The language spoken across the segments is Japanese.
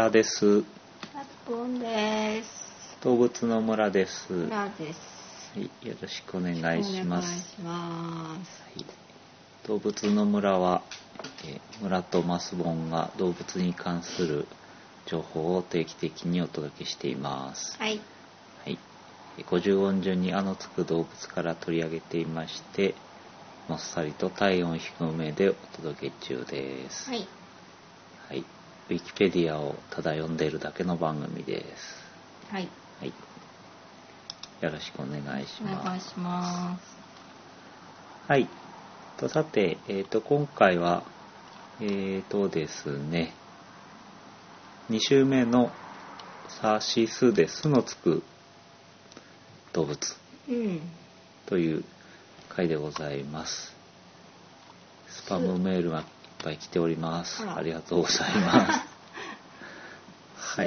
原です。 あつぽんです。 動物の村です。 村です。 はい、よろしくお願いします。 お願いします。 はい、動物の村は、村とマスボンが動物に関する情報を定期的にお届けしています。 はい。 はい、50音順に「あ」のつく動物から取り上げていまして、もっさりと体温低めでお届け中です。 はい。 はい、ウィキペディアをただ読んでいるだけの番組です。 はい。 はい、よろしくお願いします。 お願いします。 はい。さて、今回はですね、2週目のサシスでスのつく動物という回でございます。スパムメールがいっぱい来ております。ありがとうございます。はい。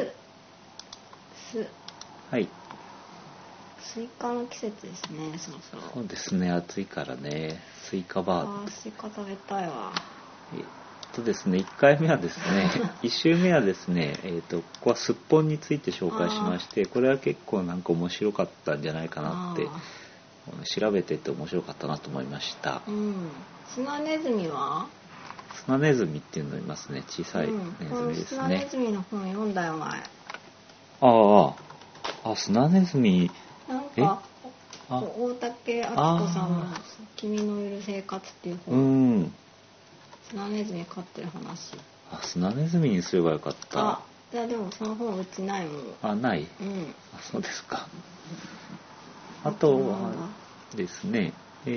はい。 スイカの季節ですね、そろそろ。 そうですね、暑いからね、スイカバー。 スイカ食べたいわ。 ですね、1回目はですね、1週目はですね、ここはすっぽんについて紹介しまして、これは結構なんか面白かったんじゃないかなって、調べてて面白かったなと思いました。 スナネズミは？ スナネズミっていうのいますね、小さいネズミですね。 スナネズミの本読んだよ前。 スナネズミ。 なんか大竹敦子さんの「君のいる生活」っていう本。スナネズミ飼ってる話。 スナネズミにすればよかった。 いやでもその本うちないもん。 ない。そうですか。あとはですね、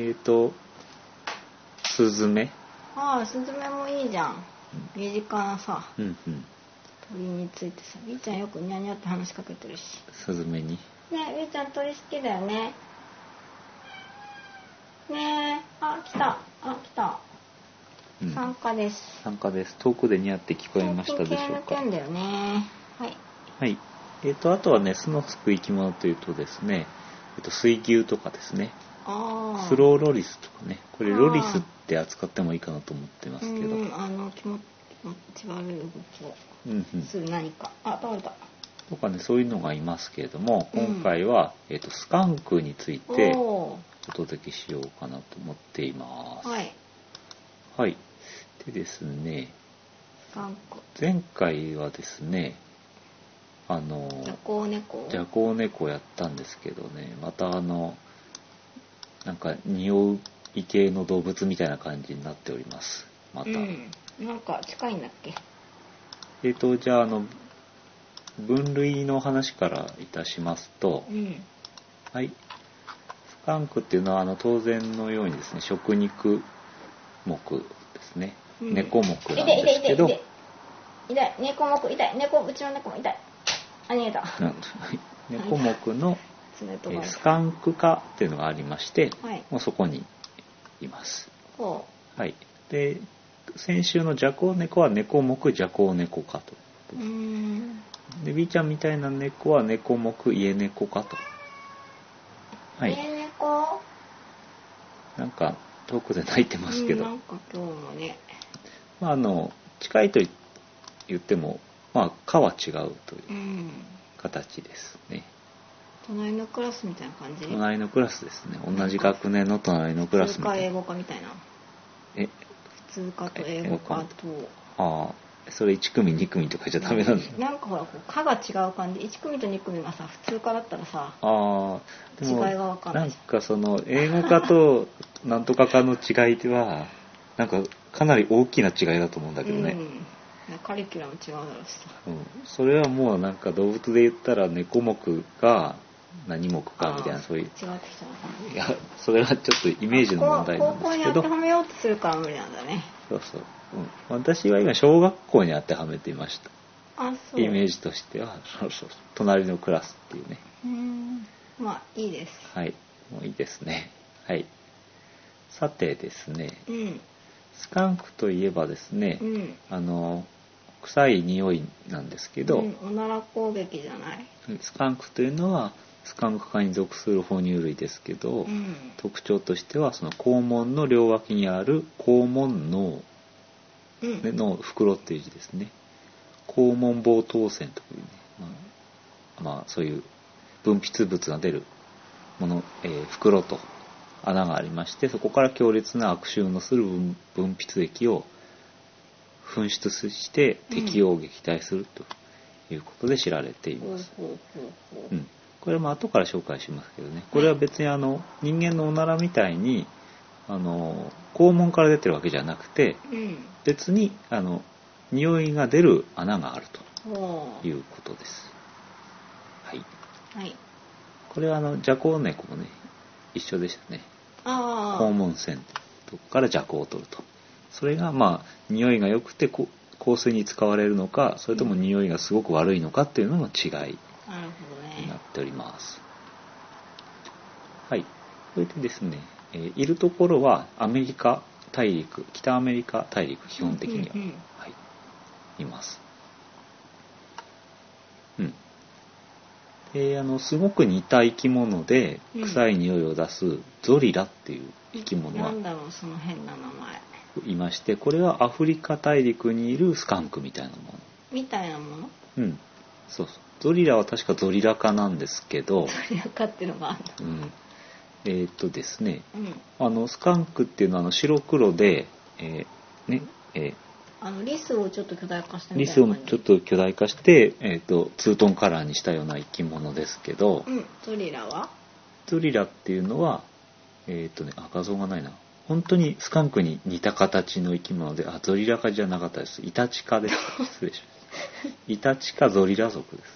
スズメ。 スズメもいいじゃん。身近なさ。鳥についてさ、みーちゃんよくニャニャって話しかけてるし。 スズメに。 ねえ、みーちゃん鳥好きだよね。ねえ、来た。参加です。 遠くでニャって聞こえましたでしょうか。 んだよね。 はい。あとはね、巣のつく生き物というとですね、水牛とかですね。スローロリスとかね。これロリスって扱ってもいいかなと思ってますけど。 気持ち悪い動きをする何か。倒れた。 とかね、そういうのがいますけれども、今回は、スカンクについてお届けしようかなと思っています。はい。でですね、前回はですね、ジャコウネコやったんですけどね、またなんか匂い系の動物みたいな感じになっております。また。 なんか近いんだっけ？ じゃあ分類の話からいたしますと、はい。スカンクっていうのは当然のようにですね、食肉目ですね。猫目なんですけど。 痛い。猫目痛い。うちの猫も痛い。逃げた。 猫目のスカンク科っていうのがありまして、もうそこにいます。はい。で、先週のジャコウネコは猫目ジャコウネコ科と。で、ビーちゃんみたいな猫は猫目家猫科と。 家猫？ なんか遠くで泣いてますけど。 なんか今日もね。 近いと言っても、科は違うという形ですね。 隣のクラスみたいな感じ？ 隣のクラスですね。同じ学年の隣のクラスみたいな。 普通科英語科みたいな。普通科と英語科と。 それ1組2組とかじゃダメなんだ。 なんかほら科が違う感じ。1組と2組がさ普通科だったらさ、違いが分かんない。 なんかその英語科となんとか科の違いではなんかかなり大きな違いだと思うんだけどね。 カリキュラム違うだろうしさ。 それはもうなんか動物で言ったら猫目が何目かみたいなそういう。違ってきちゃう。いや、それはちょっとイメージの問題なんですけど。 高校に当てはめようとするから無理なんだね。 そう。私は今小学校に当てはめていました。 そう。 イメージとしては、隣のクラスっていうね。 いいです。 はい、もういいですね。はい。さてですね、スカンクといえばですね、臭い匂いなんですけど、 おなら攻撃じゃない？ スカンクというのはスカンク科に属する哺乳類ですけど、特徴としてはその肛門の両脇にある肛門脳の袋っていう字ですね。 肛門房頭腺というね、そういう分泌物が出るもの、袋と穴がありまして、そこから強烈な悪臭のする分泌液を噴出して敵を撃退するということで知られています。これは後から紹介しますけどね、これは別に人間のおならみたいに肛門から出てるわけじゃなくて、別に匂いが出る穴があるということです。はい。はい。これはジャコウネコもね一緒でしたね。肛門腺とこから蛇行を取ると。それが匂いが良くて香水に使われるのか、それとも匂いがすごく悪いのかっていうのの違いになっております。はい。それでですね、いるところはアメリカ大陸、北アメリカ大陸、基本的には、はい、います。すごく似た生き物で臭い匂いを出すゾリラっていう生き物は、 なんだろうその変な名前いまして、これはアフリカ大陸にいるスカンクみたいなもの。 みたいなもの？ そうそう。ゾリラは確かゾリラ科なんですけど。 ゾリラ科っていうのがあるの。ですね、スカンクっていうのは白黒で、 リスをちょっと巨大化したみたいな感じ。リスをちょっと巨大化して、ツートンカラーにしたような生き物ですけど、 ゾリラは？ ゾリラっていうのは、画像がないな。本当にスカンクに似た形の生き物で、ゾリラ科じゃなかったです。イタチ科です。失礼しました。イタチ科ゾリラ属です。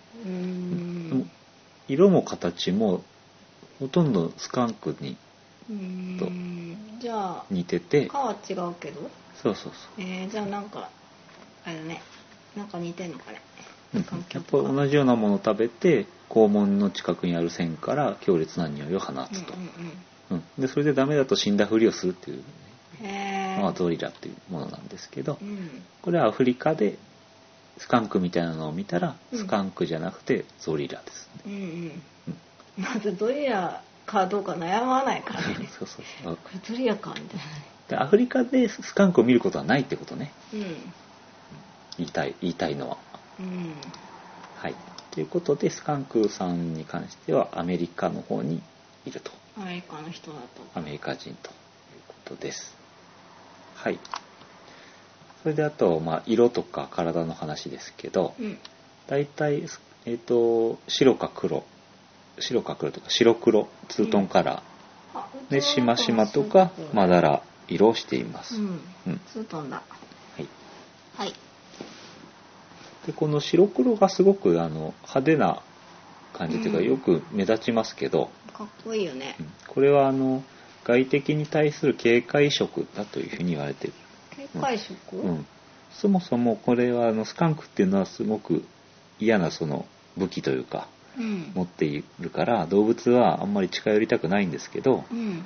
色も形もほとんどスカンクにと似てて、 科は違うけど。 そうそうそう。 じゃあなんかあれだね、なんか似てんのかね。 やっぱり同じようなものを食べて肛門の近くにある腺から強烈な匂いを放つと。でそれでダメだと死んだふりをするっていう、ゾリラっていうものなんですけど、これはアフリカでスカンクみたいなのを見たら、スカンクじゃなくてゾリラですね。 まずゾリラかどうか悩まないからね。 そうそうそう。 これゾリラかみたいな。 でアフリカでスカンクを見ることはないってことね。言いたいのは。はい。ということでスカンクさんに関してはアメリカの方にいると。 アメリカの人だと。 アメリカ人ということです。はい。それであと色とか体の話ですけど、だいたい白か黒とか白黒ツートンカラー、でしましまとかまだら色をしています。 ツートンだ。はい。 でこの白黒がすごく派手な感じというか、よく目立ちますけど、 かっこいいよね。 これは外敵に対する警戒色だというふうに言われている。 警戒色？ そもそもこれはスカンクっていうのはすごく嫌なその武器というか、持っているから動物はあんまり近寄りたくないんですけど、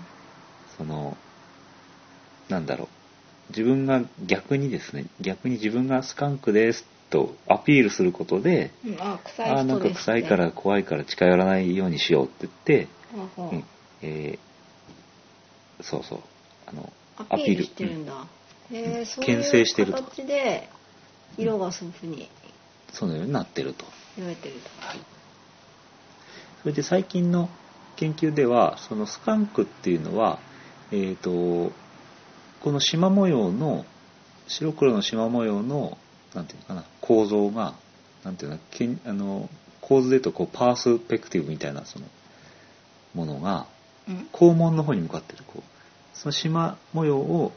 なんだろう、自分が逆に自分がスカンクですとアピールすることで、なんか臭いから怖いから近寄らないようにしようって言って、そうそうアピールしてるんだ。 牽制してると。 そういう形で色がそういうふうにそのようになってると言われてると。 はい。それで最近の研究ではそのスカンクっていうのは、この縞模様の白黒の縞模様のなんていうのかな、構造がなんていうの、構図で言うとパースペクティブみたいなそのものが肛門の方に向かってるその縞模様を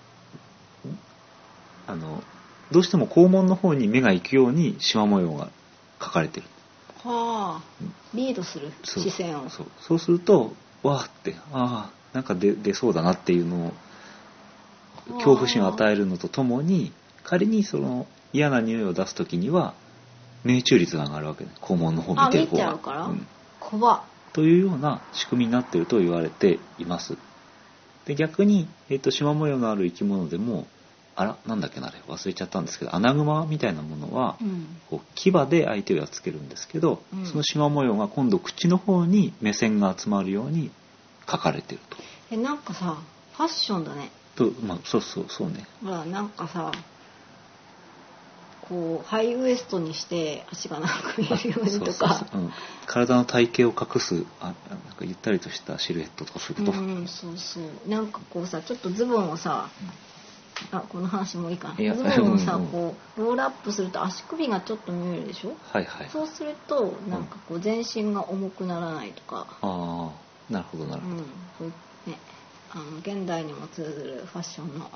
どうしても肛門の方に目が行くように縞模様が描かれてる。 リードする視線を。 そうするとわーってなんか出そうだなっていうのを恐怖心を与えるのとともに、仮にその嫌な匂いを出すときには命中率が上がるわけね。肛門の方を見てる方が。 見ちゃうから、怖っというような仕組みになっていると言われています。で逆に、縞模様のある生き物でもなんだっけな、あれ忘れちゃったんですけど、アナグマみたいなものは、牙で相手をやっつけるんですけど、その縞模様が今度口の方に目線が集まるように描かれてると。 なんかさファッションだね。 そうね。 ほらなんかさこうハイウエストにして足が長く見えるようにとか、 体の体型を隠すなんかゆったりとしたシルエットとかすると、 そうそうなんかこうさちょっとズボンをさ、この話もいいかな。ズボンをさ、こうロールアップすると足首がちょっと見えるでしょ。そうするとなんかこう全身が重くならないとか。 なるほどなるほど。 ね、現代にも通ずるファッションの。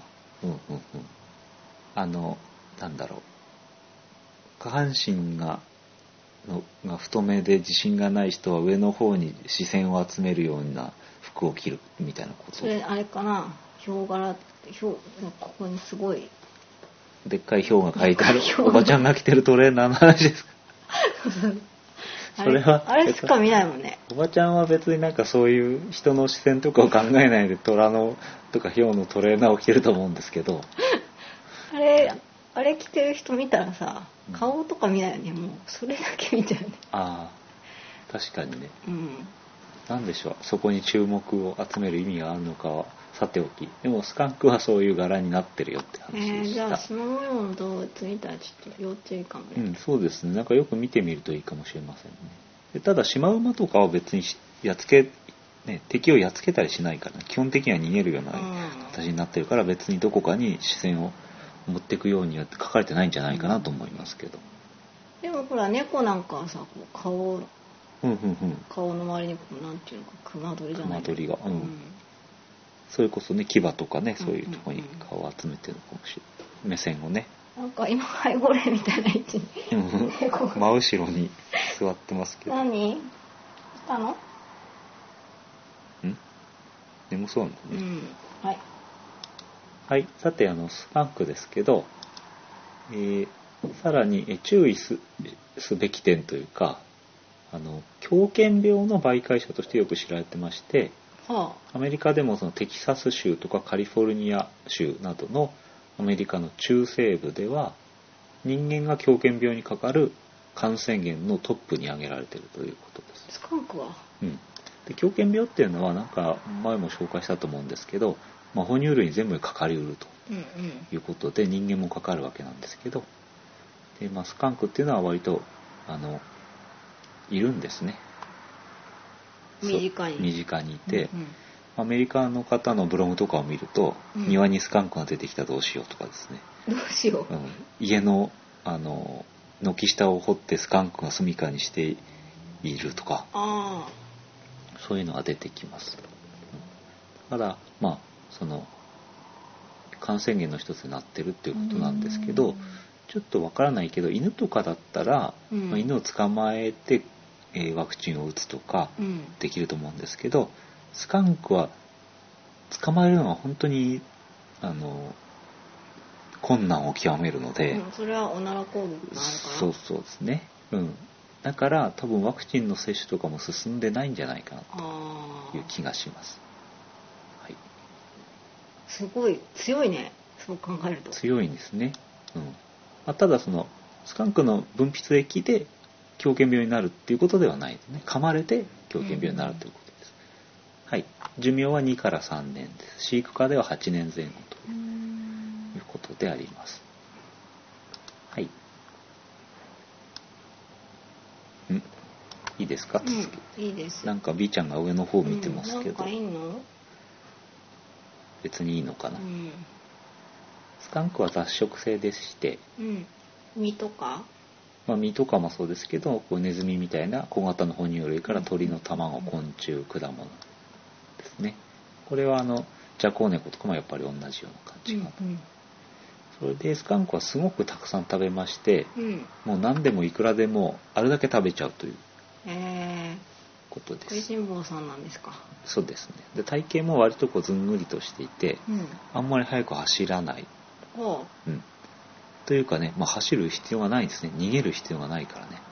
なんだろう。下半身が太めで自信がない人は上の方に視線を集めるような服を着るみたいなこと。 それあれかな。ヒョウ柄ここにすごいでっかいヒョウが描いてあるおばちゃんが着てるトレーナーの話ですか。 それはあれしか見ないもんね。 おばちゃんは別になんかそういう人の視線とかを考えないで虎のとかヒョウのトレーナーを着てると思うんですけどあれ着てる人見たらさ顔とか見ないよね。もうそれだけ見ちゃうね。 確かにね。なんでしょう、そこに注目を集める意味があるのかはさておき、でもスカンクはそういう柄になってるよって話でした。 じゃあその模様の動物見たらちょっと要注意かもね。 そうですね。なんかよく見てみるといいかもしれませんね。でただシマウマとかは別に敵をやっつけたりしないから、基本的には逃げるような形になってるから、別にどこかに視線を持っていくようには書かれてないんじゃないかなと思いますけど。 でもほら猫なんかはさ、こう顔の周りになんていうのか熊取りじゃない。 熊取りが、それこそね牙とかね、そういうところに顔を集めてるのかもしれない。目線をね。 なんか今背後霊みたいな位置に真後ろに座ってますけど。 何したの？ 眠そうなんだね。 はい。 さてスカンクですけど、さらに注意すべき点というか、狂犬病の媒介者としてよく知られてまして、アメリカでもそのテキサス州とかカリフォルニア州などのアメリカの中西部では人間が狂犬病にかかる感染源のトップに挙げられているということです。 スカンクは、 で狂犬病っていうのはなんか前も紹介したと思うんですけど、哺乳類に全部にかかりうるということで、人間もかかるわけなんですけど、で、スカンクっていうのは割といるんですね。 身近にいて、アメリカの方のブログとかを見ると、庭にスカンクが出てきたらどうしようとかですね、 どうしよう、 家の軒下を掘ってスカンクが住処にしているとか、そういうのが出てきます。だからその感染源の一つになってるっていうことなんですけど、ちょっとわからないけど犬とかだったら、犬を捕まえて、ワクチンを打つとかできると思うんですけど、スカンクは捕まえるのは本当に困難を極めるので、 それはおなら攻撃があるから。 そうですね。だから多分ワクチンの接種とかも進んでないんじゃないかなという気がします。 すごい強いね、そう考えると。 強いんですね。ただそのスカンクの分泌液で狂犬病になるっていうことではないですね。噛まれて狂犬病になるということです。寿命は2から3年です。飼育下では8年前後ということであります。いいですか、続け。いいです。 なんか B ちゃんが上の方を見てますけど、 なんかいいの？ 別にいいのかな。スカンクは雑食性でして、 実とか、 実とかもそうですけど、ネズミみたいな小型の哺乳類から鳥の卵、昆虫、果物ですね。これはジャコウネコとかもやっぱり同じような感じかな。それでスカンクはすごくたくさん食べまして、もう何でもいくらでもあるだけ食べちゃうということです。 食いしん坊さんなんですか。 そうですね。で体型も割とずんぐりとしていて、あんまり速く走らない。というかね、走る必要がないですね。逃げる必要がないからね。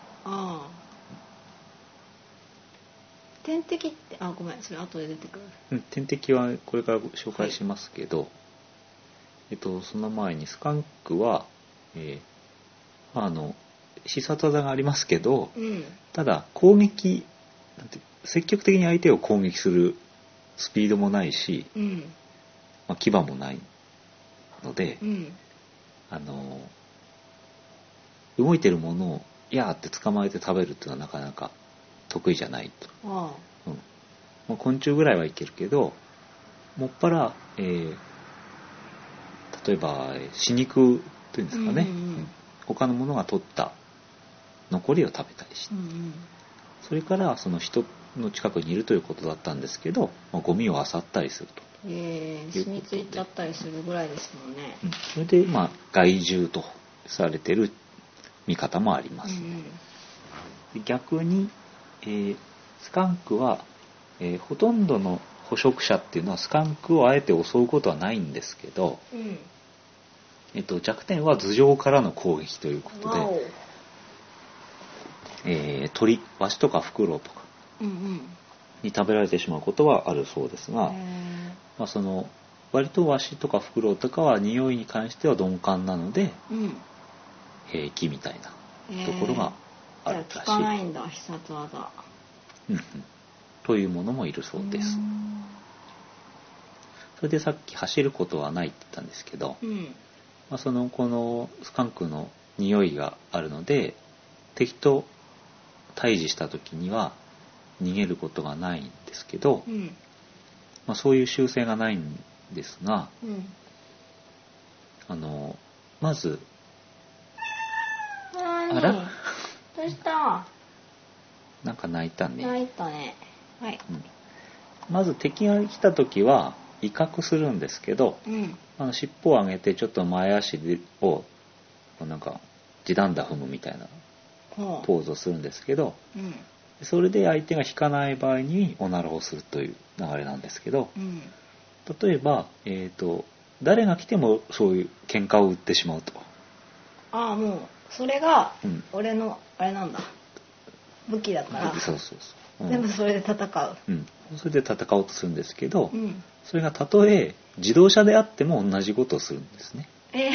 天敵ってごめん、それ後で出てくる。天敵はこれから紹介しますけど、その前にスカンクは、必殺技がありますけど、ただ攻撃積極的に相手を攻撃するスピードもないし、牙もないので、 動いてるものをいやーって捕まえて食べるっていうのはなかなか得意じゃないと。まあ、昆虫ぐらいはいけるけど、もっぱら、例えば死肉というんですかね、他のものが取った残りを食べたりして、それからその人の近くにいるということだったんですけど、まあ、ゴミを漁ったりすると。 染みついちゃったりするぐらいですもんね。 それでまあ害獣とされている見方もあります。逆に、スカンクは、ほとんどの捕食者っていうのはスカンクをあえて襲うことはないんですけど、弱点は頭上からの攻撃ということで、鳥、ワシとかフクロウとかに食べられてしまうことはあるそうですが、まあ、その割とワシとかフクロウとかは匂いに関しては鈍感なので、平気みたいなところがあるらしい。 じゃあ効かないんだ、必殺技。 というものもいるそうです。それでさっき走ることはないって言ったんですけど、まあ、このスカンクの匂いがあるので敵と対峙した時には逃げることがないんですけど、まあ、そういう習性がないんですが、まずあらどうしたなんか泣いたね。 泣いたね。はい。 まず敵が来た時は威嚇するんですけど、尻尾を上げてちょっと前足をなんか地団打踏むみたいなポーズをするんですけど、それで相手が引かない場合におならをするという流れなんですけど、例えば、誰が来てもそういう喧嘩を売ってしまうと。 もうそれが俺のあれなんだ、武器だから。全部それで戦う。 それで戦おうとするんですけど、それがたとえ自動車であっても同じことをするんですね。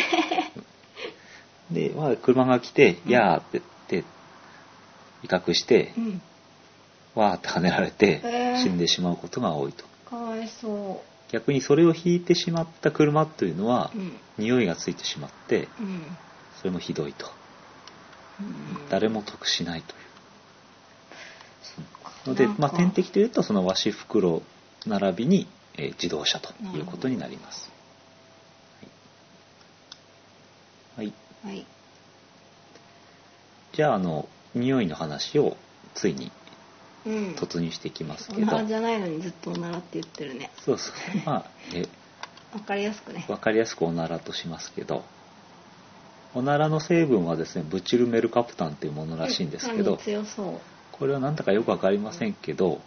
で、まあ、車が来て「やー」って言って威嚇して、わーって跳ねられて死んでしまうことが多いと。 かわいそう。 逆にそれを引いてしまった車というのは、匂いがついてしまって、それもひどいと。誰も得しないという。ので、まあ、天敵というとそのワシフクロウ並びに、自動車ということになります。はい。じゃあ匂いの話をついに突入していきますけど。 おならじゃないのにずっとおならって言ってるね。 そうまあわかりやすくね。 わかりやすくおならとしますけど、おならの成分はですねブチルメルカプタンというものらしいんですけど、 強そう。 これは何だかよくわかりませんけど、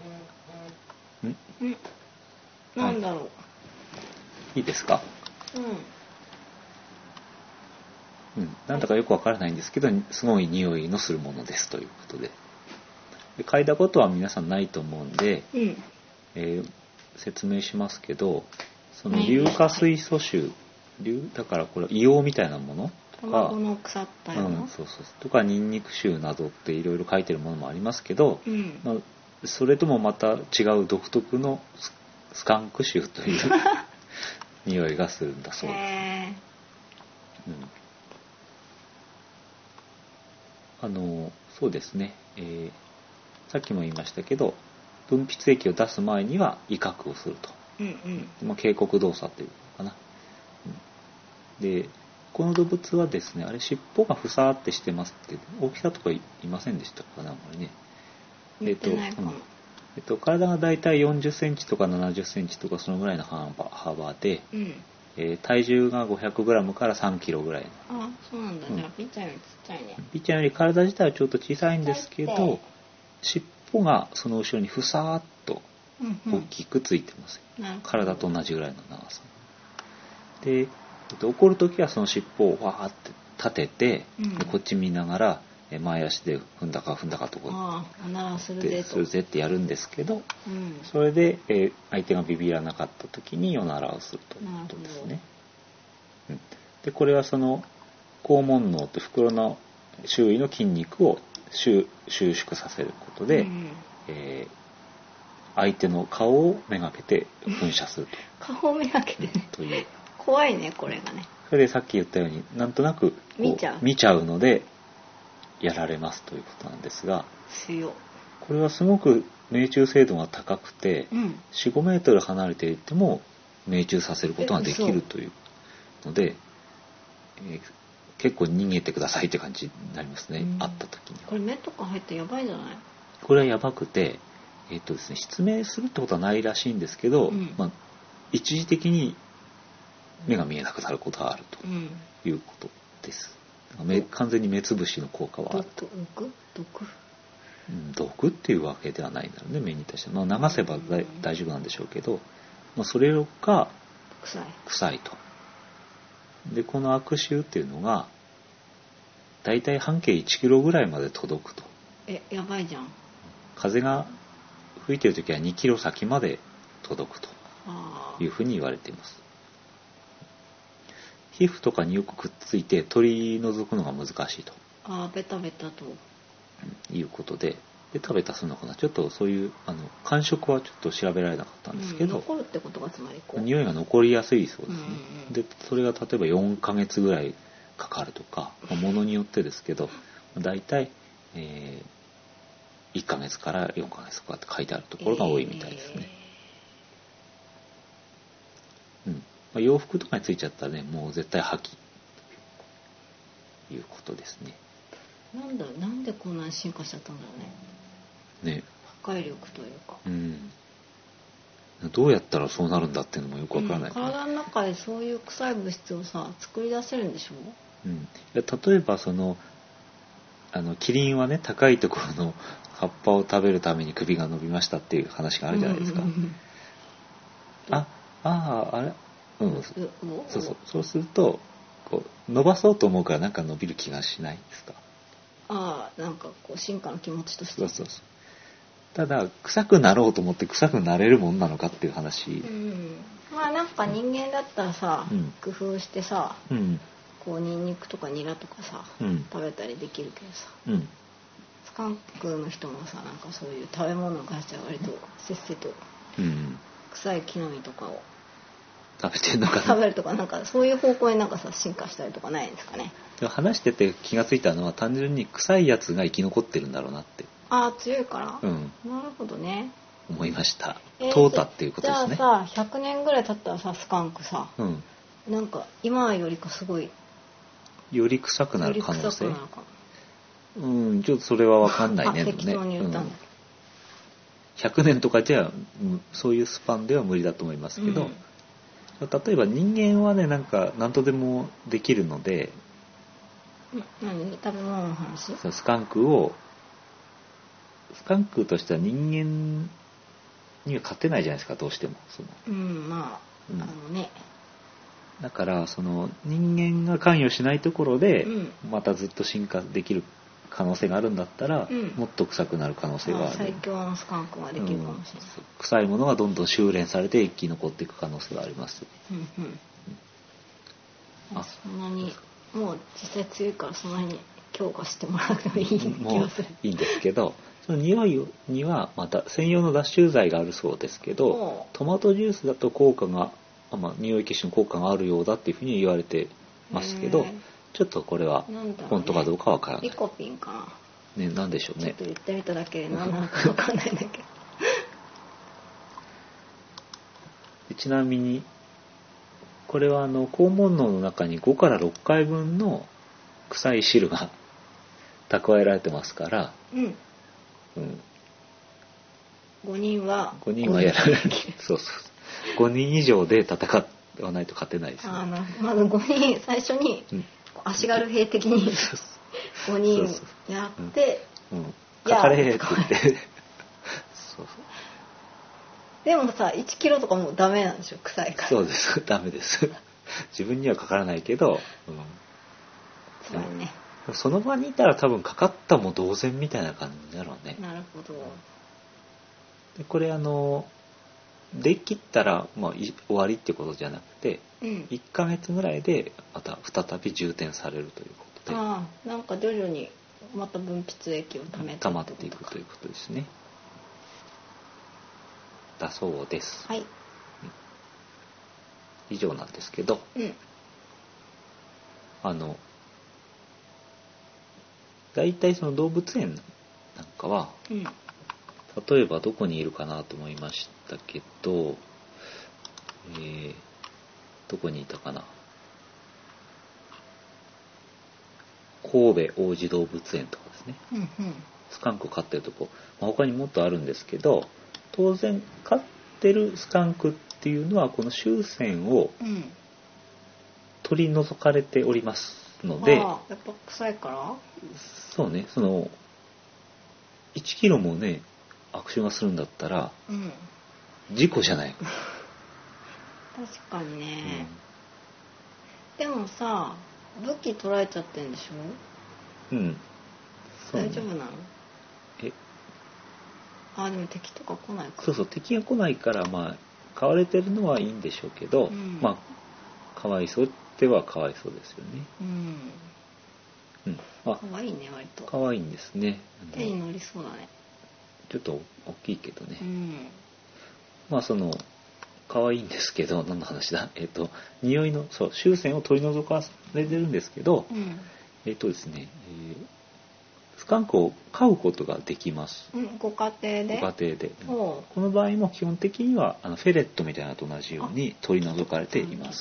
なんだろう。いいですか？なんだかよくわからないんですけど、すごい匂いのするものですということで。嗅いだことは皆さんないと思うんで、説明しますけど、その硫化水素臭、だからこれ硫黄みたいなものとか、 卵の腐ったような、 とかニンニク臭などっていろいろ書いてるものもありますけど、まあ、それともまた違う独特のスカンク臭という匂いがするんだそうです。そうですね、さっきも言いましたけど分泌液を出す前には威嚇をすると、まあ、警告動作というのかな。でこの動物はですね、あれ尻尾がふさーってしてますって大きさとかいませんでしたかね、あんまりね。体がだいたい40センチとか70センチとかそのぐらいの幅で、体重が500グラムから3キロぐらい。 そうなんだ。じゃあピッチャーよりちっちゃいね。 ピッチャーより体自体はちょっと小さいんですけど、尻尾がその後ろにふさーっと大きくついてます。体と同じぐらいの長さ。で、怒るときはその尻尾をわーって立てて、こっち見ながら前足で踏んだかとかするぜってやるんですけど、それで、相手がビビらなかった時におならをするということですね。でこれはその肛門嚢と袋の周囲の筋肉を収縮させることで、相手の顔をめがけて噴射すると。 顔をめがけてね。 という怖いねこれがね。 それでさっき言ったようになんとなく見ちゃうのでやられますということなんですが、これはすごく命中精度が高くて、4、5メートル離れていても命中させることができるというので、結構逃げてくださいって感じになりますね、会った時に。 これ目とか入ってやばいじゃない？ これはやばくて、ですね、失明するってことはないらしいんですけど、一時的に目が見えなくなることがあるということです。完全に目つぶしの効果はあると。毒っていうわけではないんだろうね、目に対して。流せば大丈夫なんでしょうけど、それが臭いと。でこの悪臭っていうのがだいたい半径1キロぐらいまで届くと。 やばいじゃん。 風が吹いてる時は2キロ先まで届くというふうに言われています。皮膚とかによくくっついて取り除くのが難しいと。 ベタベタということで、ベタベタするのかな、ちょっとそういう感触はちょっと調べられなかったんですけど、 残るってことがつまり匂いが残りやすいそうですね。でそれが例えば4ヶ月ぐらいかかるとか、ものによってですけど、だいたい1ヶ月から4ヶ月とかって書いてあるところが多いみたいですね。洋服とかについちゃったらね、もう絶対破棄ということですね。 なんでこんなに進化しちゃったんだろうね。破壊力というか。 どうやったらそうなるんだっていうのもよくわからない、 体の中でそういう臭い物質を作り出せるんでしょう。 例えばキリンはね、高いところの葉っぱを食べるために首が伸びましたっていう話があるじゃないですか。あれ、そうすると伸ばそうと思うからなんか伸びる気がしないですか？ なんか進化の気持ちとして。 そう。ただ臭くなろうと思って臭くなれるもんなのかっていう話。 なんか人間だったら工夫してニンニクとかニラとか食べたりできるけどスカンクの人もなんかそういう食べ物に関しては割とせっせと臭い木の実とかを食べてんのかな。 食べるとかなんかそういう方向に進化したりとかないんですかね。 でも話してて気がついたのは単純に臭いやつが生き残ってるんだろうなって。 強いから、なるほどね。 思いました。淘汰っていうことですね。 じゃあ100年ぐらい経ったらスカンクなんか今よりかすごいより臭くなる可能性。ちょっとそれは分かんないね。 適当に言ったんだけど、100年とかじゃそういうスパンでは無理だと思いますけど、例えば人間はね、なんか何とでもできるので、 食べ物の話？ スカンクとしては人間には勝てないじゃないですか、どうしても。だから人間が関与しないところで、またずっと進化できる可能性があるんだったら、もっと臭くなる可能性がある。 最強のスカンクができるかもしれない。 臭いものがどんどん修練されて生き残っていく可能性があります。 そんなにもう実際強いからそんなに強化してもらうといい気がする。 いいんですけど、その匂いにはまた専用の脱臭剤があるそうですけど、トマトジュースだと効果が匂い消しの効果があるようだっていうふうに言われてますけど、ちょっとこれは本当かどうかわからない。 リコピンかな。なんでしょうね。 ちょっと言ってみただけで何なのかわかんないんだけど。ちなみにこれは肛門嚢の中に5から6回分の臭い汁が蓄えられてますから、 5人はやられる。そう。5人以上で戦わないと勝てないですね。 まず5人最初に足軽兵的に5人やって、 かかれって言ってでも1キロとかもうダメなんでしょ、臭いから。 そうです、ダメです。自分にはかからないけど、 つまりね、 その場にいたら多分かかったも同然みたいな感じだろうね。 なるほど。 でこれできったら、終わりってことじゃなくて、1ヶ月ぐらいでまた再び充填されるということで、 なんか徐々にまた分泌液を溜まっていくということですね。だそうです。 はい。 以上なんですけど、 大体その動物園なんかは、例えばどこにいるかなと思いましたけど、どこにいたかな、神戸王子動物園とかですね、スカンクを飼ってるとこ、他にもっとあるんですけど、当然飼ってるスカンクっていうのはこの臭腺を取り除かれておりますので、 やっぱ臭いから、 そうね、その1キロもね悪臭がするんだったら、事故じゃない。 確かにね、でもさ、武器取られちゃってんでしょ。大丈夫なの？でも敵とか来ないか。 そう敵が来ないから、飼われてるのはいいんでしょうけど、かわいそうってはかわいそうですよね。かわいいね、割と。 かわいいんですね。 手に乗りそうだね。 ちょっと大きいけどね。そのかわいいんですけど、何の話だ、匂いの臭腺を取り除かれてるんですけど、ですね、スカンクを飼うことができます。 ご家庭で。 この場合も基本的にはフェレットみたいなのと同じように取り除かれています。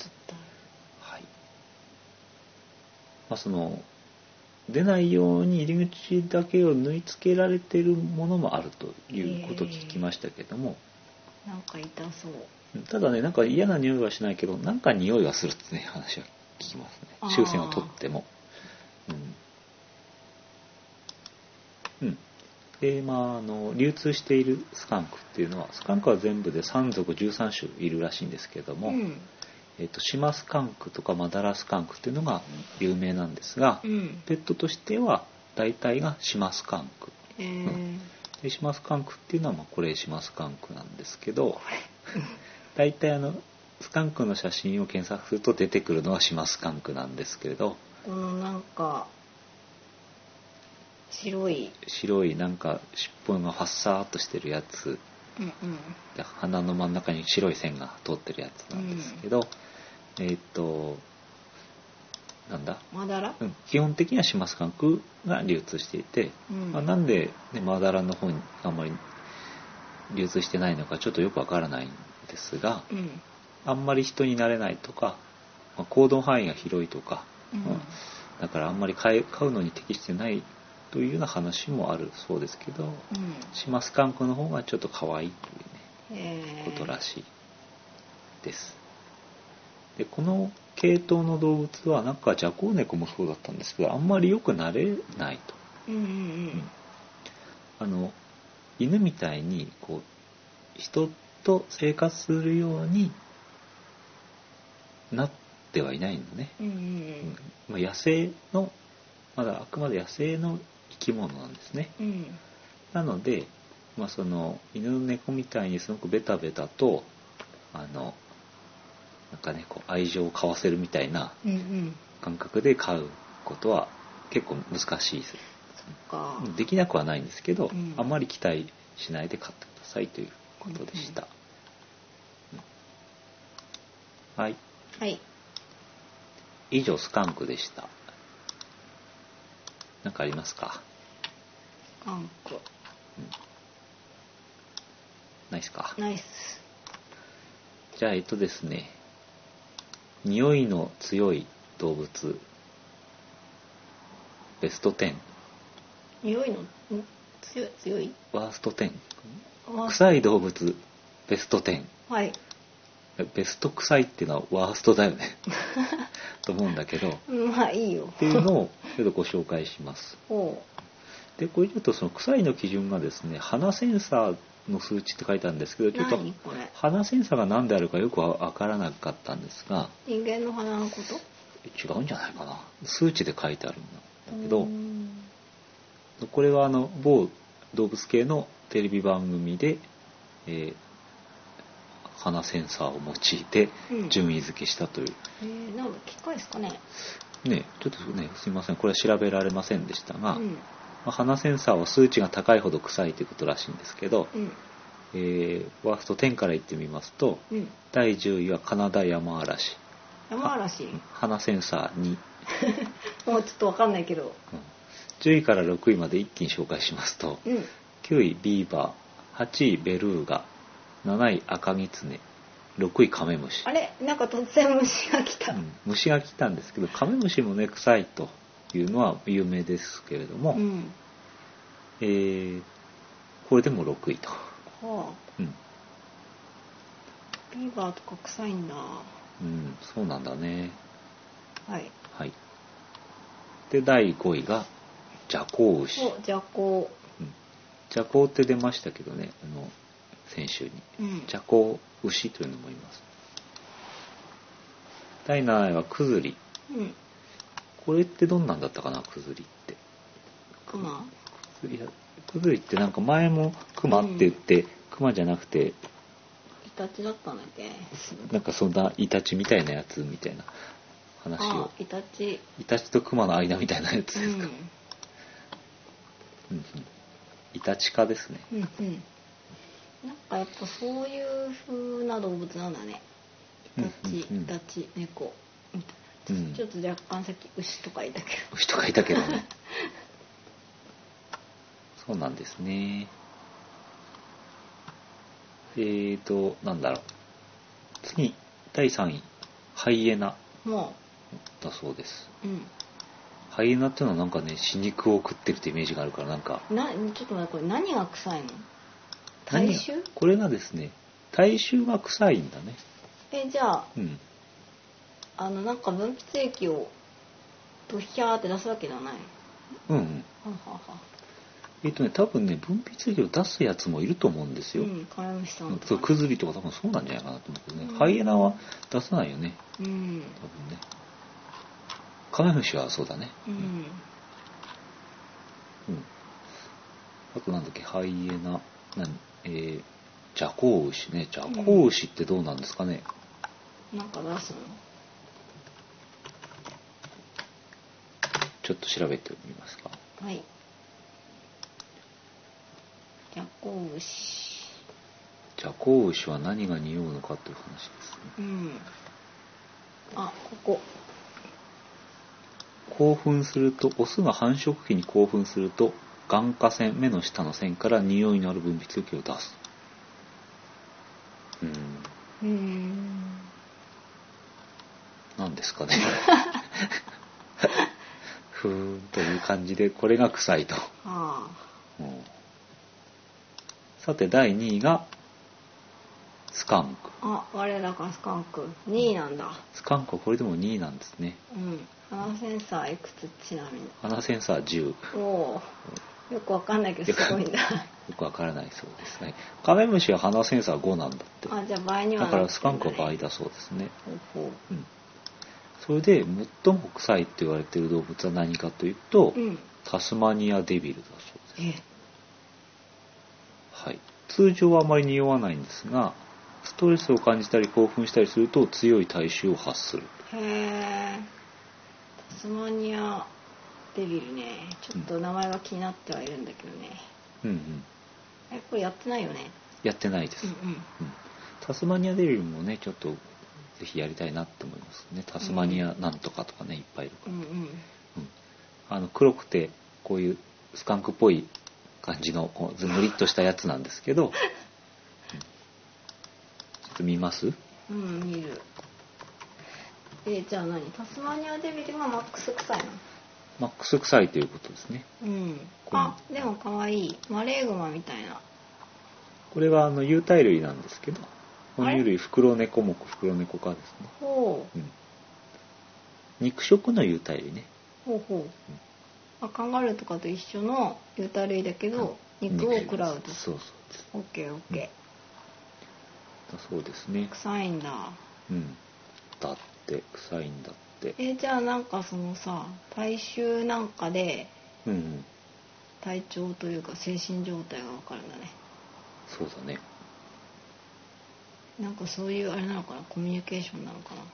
その出ないように入り口だけを縫い付けられているものもあるということを聞きましたけども、 なんか痛そう。 ただね、なんか嫌な匂いはしないけど、なんか匂いはするってね、話は聞きますね。臭腺を取っても。で、流通しているスカンクっていうのは、スカンクは全部で3属13種いるらしいんですけども、シマスカンクとかマダラスカンクっていうのが有名なんですが、ペットとしては大体がシマスカンク。でシマスカンクっていうのはこれシマスカンクなんですけど、大体スカンクの写真を検索すると出てくるのはシマスカンクなんですけれど、 なんか白いなんか尻尾がファッサーっとしてるやつ、で鼻の真ん中に白い線が通ってるやつなんですけど、なんだ、 マダラ、 基本的にはシマスカンクが流通していて、なんで、マダラの方にあんまり流通してないのかちょっとよくわからないんですが、あんまり人になれないとか、行動範囲が広いとか、だからあんまり飼うのに適してないというような話もあるそうですけど、シマスカンクの方がちょっと可愛いというね、ことらしいです。でこの系統の動物はなんかジャコウネコもそうだったんですけど、あんまりよくなれないと。犬みたいに人と生活するようになってはいないのね。野生のまだあくまで野生の生き物なんですね。なので、その犬猫みたいにすごくベタベタとなんかね、愛情を交わせるみたいな感覚で飼うことは結構難しいです。できなくはないんですけど、あんまり期待しないで飼ってくださいということでした。はい。以上スカンクでした。何かありますか？ スカンク。 ないっすか？ ないっす。 じゃあですね、匂いの強い動物ベスト10。 匂いの強い？ ワースト10。臭い動物ベスト10。ベスト臭いっていうのはワーストだよねと思うんだけど、 いいよっていうのをちょっとご紹介します。でこれちょっとその臭いの基準がですね、鼻センサーの数値って書いてあるんですけど、ちょっと鼻センサーが何であるかよくわからなかったんですが、 人間の鼻のこと？ 違うんじゃないかな。数値で書いてあるんだけど、これは某動物系のテレビ番組で、鼻センサーを用いて順位付けしたという、 なんか機械ですかね。 ちょっとね、すいません、これは調べられませんでしたが、鼻センサーは数値が高いほど臭いということらしいんですけど、ワースト10からいってみますと、第10位はカナダヤマアラシ。 ヤマアラシ。 鼻センサー2。 もうちょっと分かんないけど、 10位から6位まで一気に紹介しますと、9位ビーバー、8位ベルーガ、7位アカギツネ、6位カメムシ。 あれ、なんか突然虫が来た、 虫が来たんですけど、カメムシもね臭いというのは有名ですけれども、これでも6位と、 ビーバーとか臭いんだ。 そうなんだね。 はい。 で第5位がジャコウウシ。 ジャコウ。 ジャコウって出ましたけどね、先週に、ジャコウウシというのもいます。第7位はクズリ。これってどんなんだったかな、クズリって。 クマ。 クズリってなんか前もクマって言って、クマじゃなくてイタチだったんだっけ。 なんかそんなイタチみたいなやつみたいな話を。 イタチとクマの間みたいなやつですか。イタチ科ですね。 なんかやっぱそういう風な動物なんだね。イタチ、猫みたいな。ちょっと若干さっき牛とかいたけど。 牛とかいたけどね。そうなんですね。なんだろう。次、第3位。ハイエナ。だそうです。ハイエナっていうのはなんかね、死肉を食ってるってイメージがあるから、なんか。 ちょっと待って、これ何が臭いの？体臭？ これがですね、体臭が臭いんだね。 じゃあ、なんか分泌液をドヒャーって出すわけではない？ 多分ね、分泌液を出すやつもいると思うんですよ。 カメムシさんとか。 クズリとか多分そうなんじゃないかなと思うけどね。ハイエナは出さないよね。多分ね。カメムシはそうだね。あとなんだっけ、ハイエナ、ジャコウウシね。ジャコウウシってどうなんですかね。 なんか出すの？ ちょっと調べてみますか。 はい。ジャコウウシ。 ジャコウウシは何が匂うのかという話ですね。 ここ。 興奮すると、オスが繁殖期に興奮すると、眼下腺、目の下の線から匂いのある分泌液を出す。なんですかね。ふーんという感じで、これが臭いと。さて第2位がスカンク。 我らがスカンク2位なんだ。 スカンクはこれでも2位なんですね。 鼻センサーいくつちなみに？ 鼻センサー10。 よくわかんないけどすごいんだ。 よくわからないそうですね。カメムシは鼻センサー5なんだって。 じゃあ倍にはだからスカンクは倍だそうですね。それで最も臭いって言われている動物は何かというと、タスマニアデビルだそうです。通常はあまり匂わないんですが、ストレスを感じたり興奮したりすると強い体臭を発する。 タスマニアデビルね。ちょっと名前が気になってはいるんだけどね。これやってないよね？ やってないです。タスマニアデビルもね、ちょっとぜひやりたいなって思いますね。タスマニアなんとかとかね、いっぱいいるから。黒くてこういうスカンクっぽい感じのずんぐりっとしたやつなんですけど、ちょっと見ます？ 見る。じゃあ何？タスマニアデビルがマックス臭いの？ マックス臭いということですね。 でもかわいい。マレーグマみたいな。 これは有袋類なんですけど、哺乳類フクロネコ目フクロネコ科ですね。肉食の有袋類ね。 カンガルーとかと一緒の有袋類だけど、肉を食らうと。 そうオッケー。 だそうですね。 臭いんだ。 だって臭いんだって。 じゃあなんかそのさ、体臭なんかで、体調というか精神状態がわかるんだね。 そうだね。 なんかそういうあれなのかな、コミュニケーションなのかな。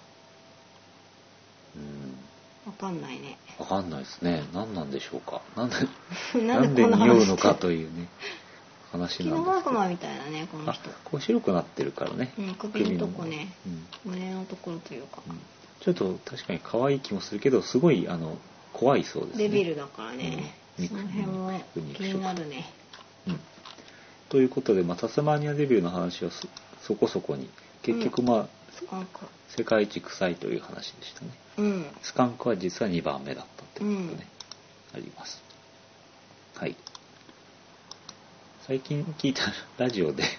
わかんないね。 わかんないですね。何なんでしょうか。なんで匂うのかというね、話なんですけど。 キノマグマみたいなね、この人。 こう白くなってるからね。 首のとこね、胸のところというか。 ちょっと確かに可愛い気もするけど、すごい怖いそうですね。 デビルだからね、その辺も気になるね。 ということで、タスマニアデビルの話はそこそこに、結局世界一臭いという話でしたね。スカンクは実は2番目だったということね、あります。はい。最近聞いたラジオで、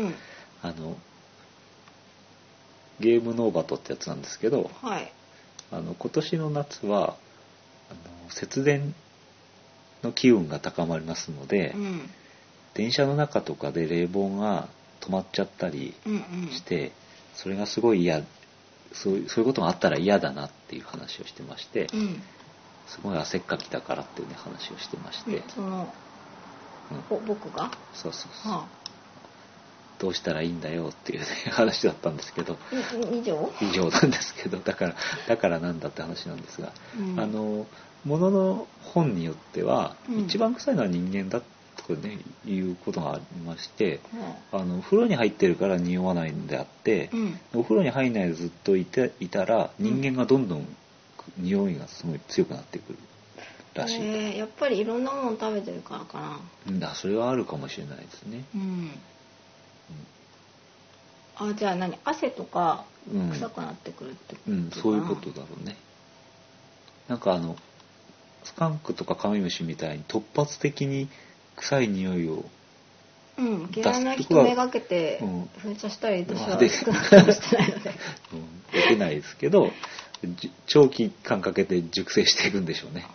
ゲームノーバトってやつなんですけど、 はい、 今年の夏は節電の機運が高まりますので、電車の中とかで冷房が止まっちゃったりして、それがすごいそういうことがあったら嫌だなっていう話をしてまして、すごい汗っかきだからっていうね話をしてまして、 僕がそう、どうしたらいいんだよっていう、ね、話だったんですけど、 以上なんですけど、だからなんだって話なんですが、ものの本によっては、一番臭いのは人間だとかねいうことがありまして、風呂に入ってるから匂わないんであって、お風呂に入んないでずっといたら人間がどんどん匂いがすごい強くなってくるらしい。 やっぱりいろんなもの食べてるからかな。 それはあるかもしれないですね。 じゃあ汗とか臭くなってくるってことかな。 そういうことだろうね。なんかスカンクとかカメムシみたいに突発的に臭い匂いを嫌いな人めがけて噴射したり私は少なくともしてないのでできないですけど、長期間かけて熟成していくんでしょうね。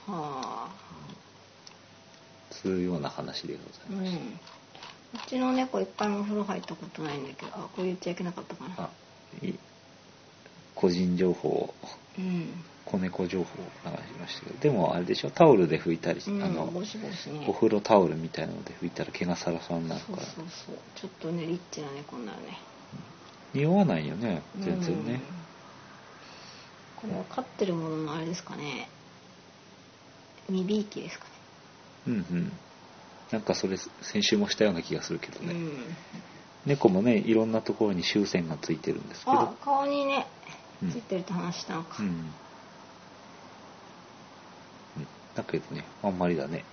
そういうような話でございました。 うちの猫一回も風呂入ったことないんだけど、これ言っちゃいけなかったかな。 個人情報、子猫情報を流しましたけど、でもあれでしょ、タオルで拭いたり、 ゴシゴシね、 お風呂タオルみたいなので拭いたら毛がサラサラになるから。 そうちょっとねリッチな猫になるね。 匂わないよね全然ね。 これは飼ってるもののあれですかね、未びいきですかね。 なんかそれ先週もしたような気がするけどね。猫もねいろんなところに臭腺がついてるんですけど、 顔にねついてるって話したのか。 だけどねあんまりだね。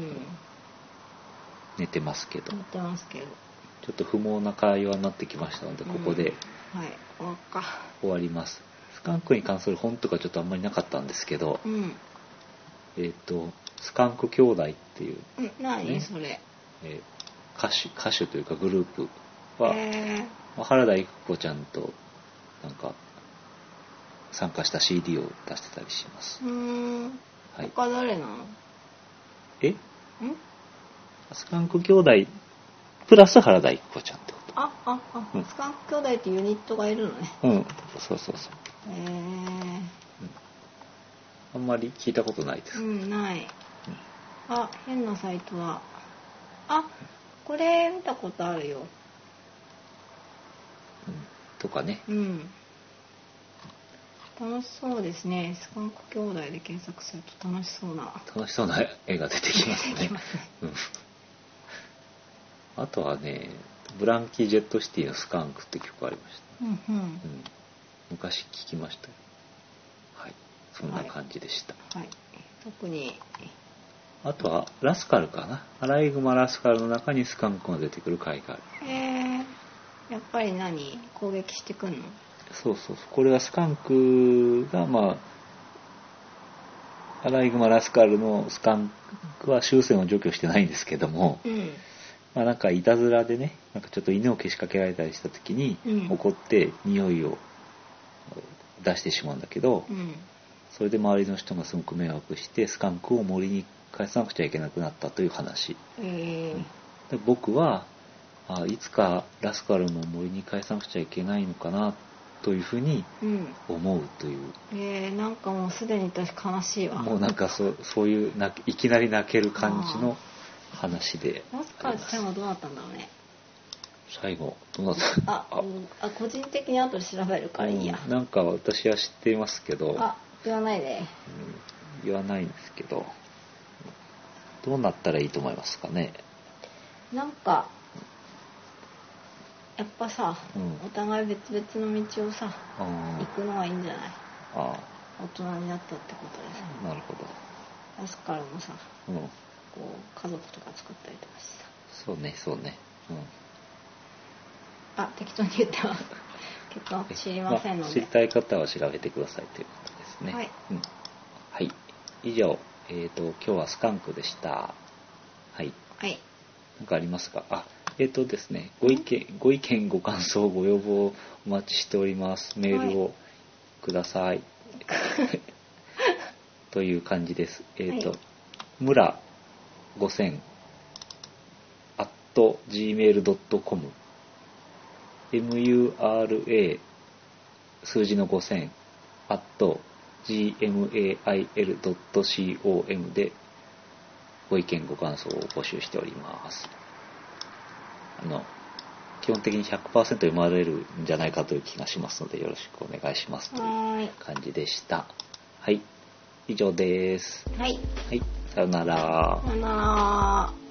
寝てますけど。ちょっと不毛な会話になってきましたので、ここで終わります。スカンクに関する本とかちょっとあんまりなかったんですけど、スカンク兄弟っていう、 何それ、 歌手というかグループは、原田育子ちゃんとなんか参加した CD を出してたりします。 他誰なの？ スカンク兄弟プラス原田育子ちゃんってこと。 スカンク兄弟ってユニットがいるのね。 そうあんまり聞いたことないです。 ない。変なサイトはこれ見たことあるよ。 とかね。 楽しそうですね。スカンク兄弟で検索すると楽しそうな絵が出てきますね。あとはね、ブランキー・ジェット・シティのスカンクって曲ありました。昔聞きましたよ。そんな感じでした。 特にあとはラスカルかな。アライグマラスカルの中にスカンクが出てくる回がある。 やっぱり攻撃してくんの？ そうこれはスカンクがアライグマラスカルのスカンクは臭腺を除去してないんですけども、なんかいたずらでね、なんかちょっと犬をけしかけられたりした時に、怒って匂いを出してしまうんだけど、それで周りの人がすごく迷惑してスカンクを森に返さなくちゃいけなくなったという話。で僕はいつかラスカルも森に返さなくちゃいけないのかなというふうに思うという。 なんかもうすでに私悲しいわ。 もうなんかそういういきなり泣ける感じの話で。 ラスカルって最後どうなったんだろうね。 最後どうなった個人的に後で調べるからいいや。 なんか私は知っていますけど。 言わないで。 言わないんですけど、どうなったらいいと思いますかね。 なんかやっぱさ、お互い別々の道をさ、行くのはいいんじゃない？ 大人になったってことです。 なるほど。 アスカルもさ、こう家族とか作ったりとかしてさ。 そうね。 適当に言ってます結果知りませんので、 知りたい方は調べてくださいということですね。はい、以上、今日はスカンクでした。はい。何かありますか？ですね、ご意見ご感想ご要望お待ちしております。メールをください、という感じです。村5000 @gmail.com MURA 数字の5000 @gmail.com でご意見ご感想を募集しております。基本的に 100% 読まれるんじゃないかという気がしますのでよろしくお願いしますという感じでした。はい、以上です。はい、さよなら。 さよなら。